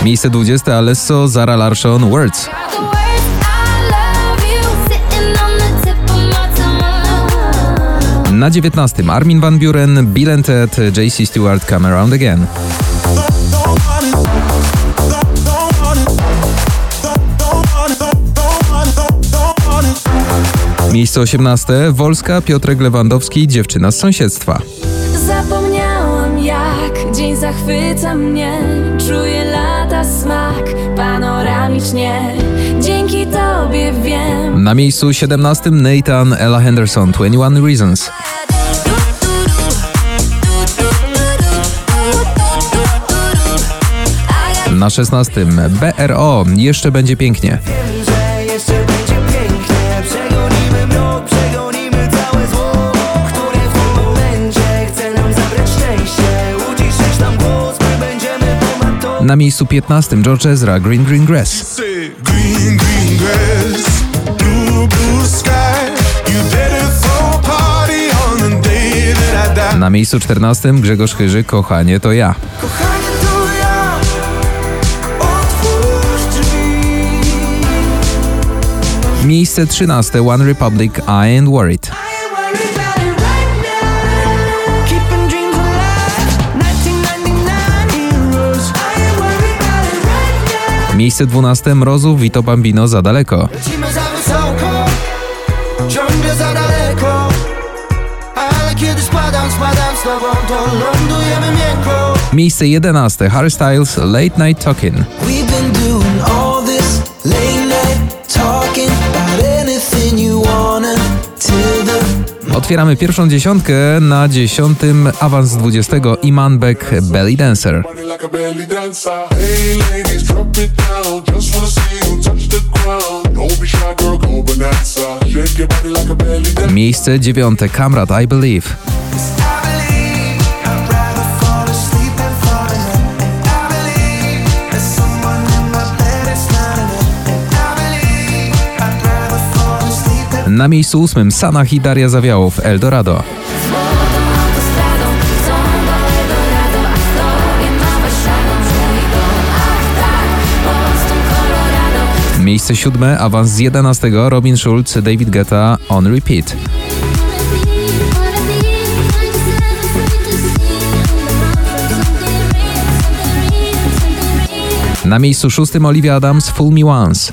Miejsce 20. Alesso, Zara Larsson, Words. Na 19. Armin van Buuren, Bill & Ted, JC Stewart, Come Around Again. Miejsce 18. Wolska, Piotrek Lewandowski, Dziewczyna z sąsiedztwa. Zapomniałam, jak dzień zachwyca mnie. Czuję lata smak panoramicznie. Dzięki tobie wiem. Na miejscu 17. Nathan, Ella Henderson, 21 Reasons. Na 16. BRO, Jeszcze będzie pięknie. Na miejscu 15. George Ezra, Green Green Grass. Na miejscu 14. Grzegorz Chyży, Kochanie to ja. Miejsce 13. One Republic, I Ain't Worried. Miejsce 12. Mrozu, Vito Bambino, Za daleko. Lecimy za wysoko, ciągle za daleko, ale kiedy spadam z tobą, to lądujemy miękko. Miejsce 11. Harry Styles, Late Night Talking. We've been doing all this late night talking about anything you wanna till the... Otwieramy pierwszą dziesiątkę. Na 10. awans z 20. Iman Beck, Belly Dancer. Miejsce 9. Kamrat, I Believe. Na miejscu 8. Sanach i Daria Zawiałow, Eldorado. Miejsce 7. Awans z 11. Robin Schulz, David Guetta, On Repeat. Na miejscu 6. Olivia Adams, Fool Me Once.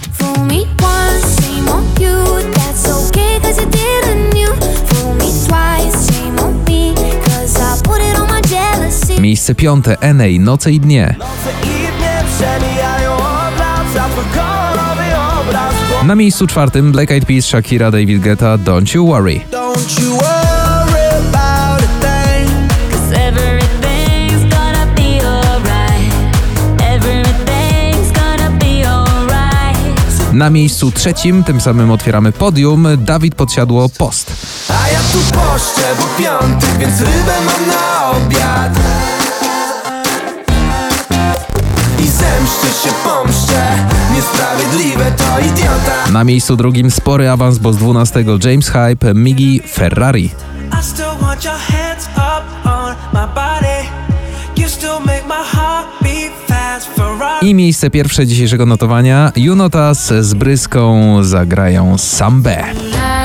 Miejsce 5. NA, Noce i dnie. Na miejscu 4. Black Eyed Peas, Shakira, David Guetta, Don't You Worry. Na miejscu 3. tym samym otwieramy podium, Dawid Podsiadło, Post. A ja tu poszczę, bo piątek, więc rybę mam na obiad. I zemszczę się, pomszczę, niesprawiedliwe to idiota. Na miejscu 2. spory awans, bo z 12. James Hype, Miggy, Ferrari. I miejsce pierwsze dzisiejszego notowania, Junotas z Bryską zagrają Sambę.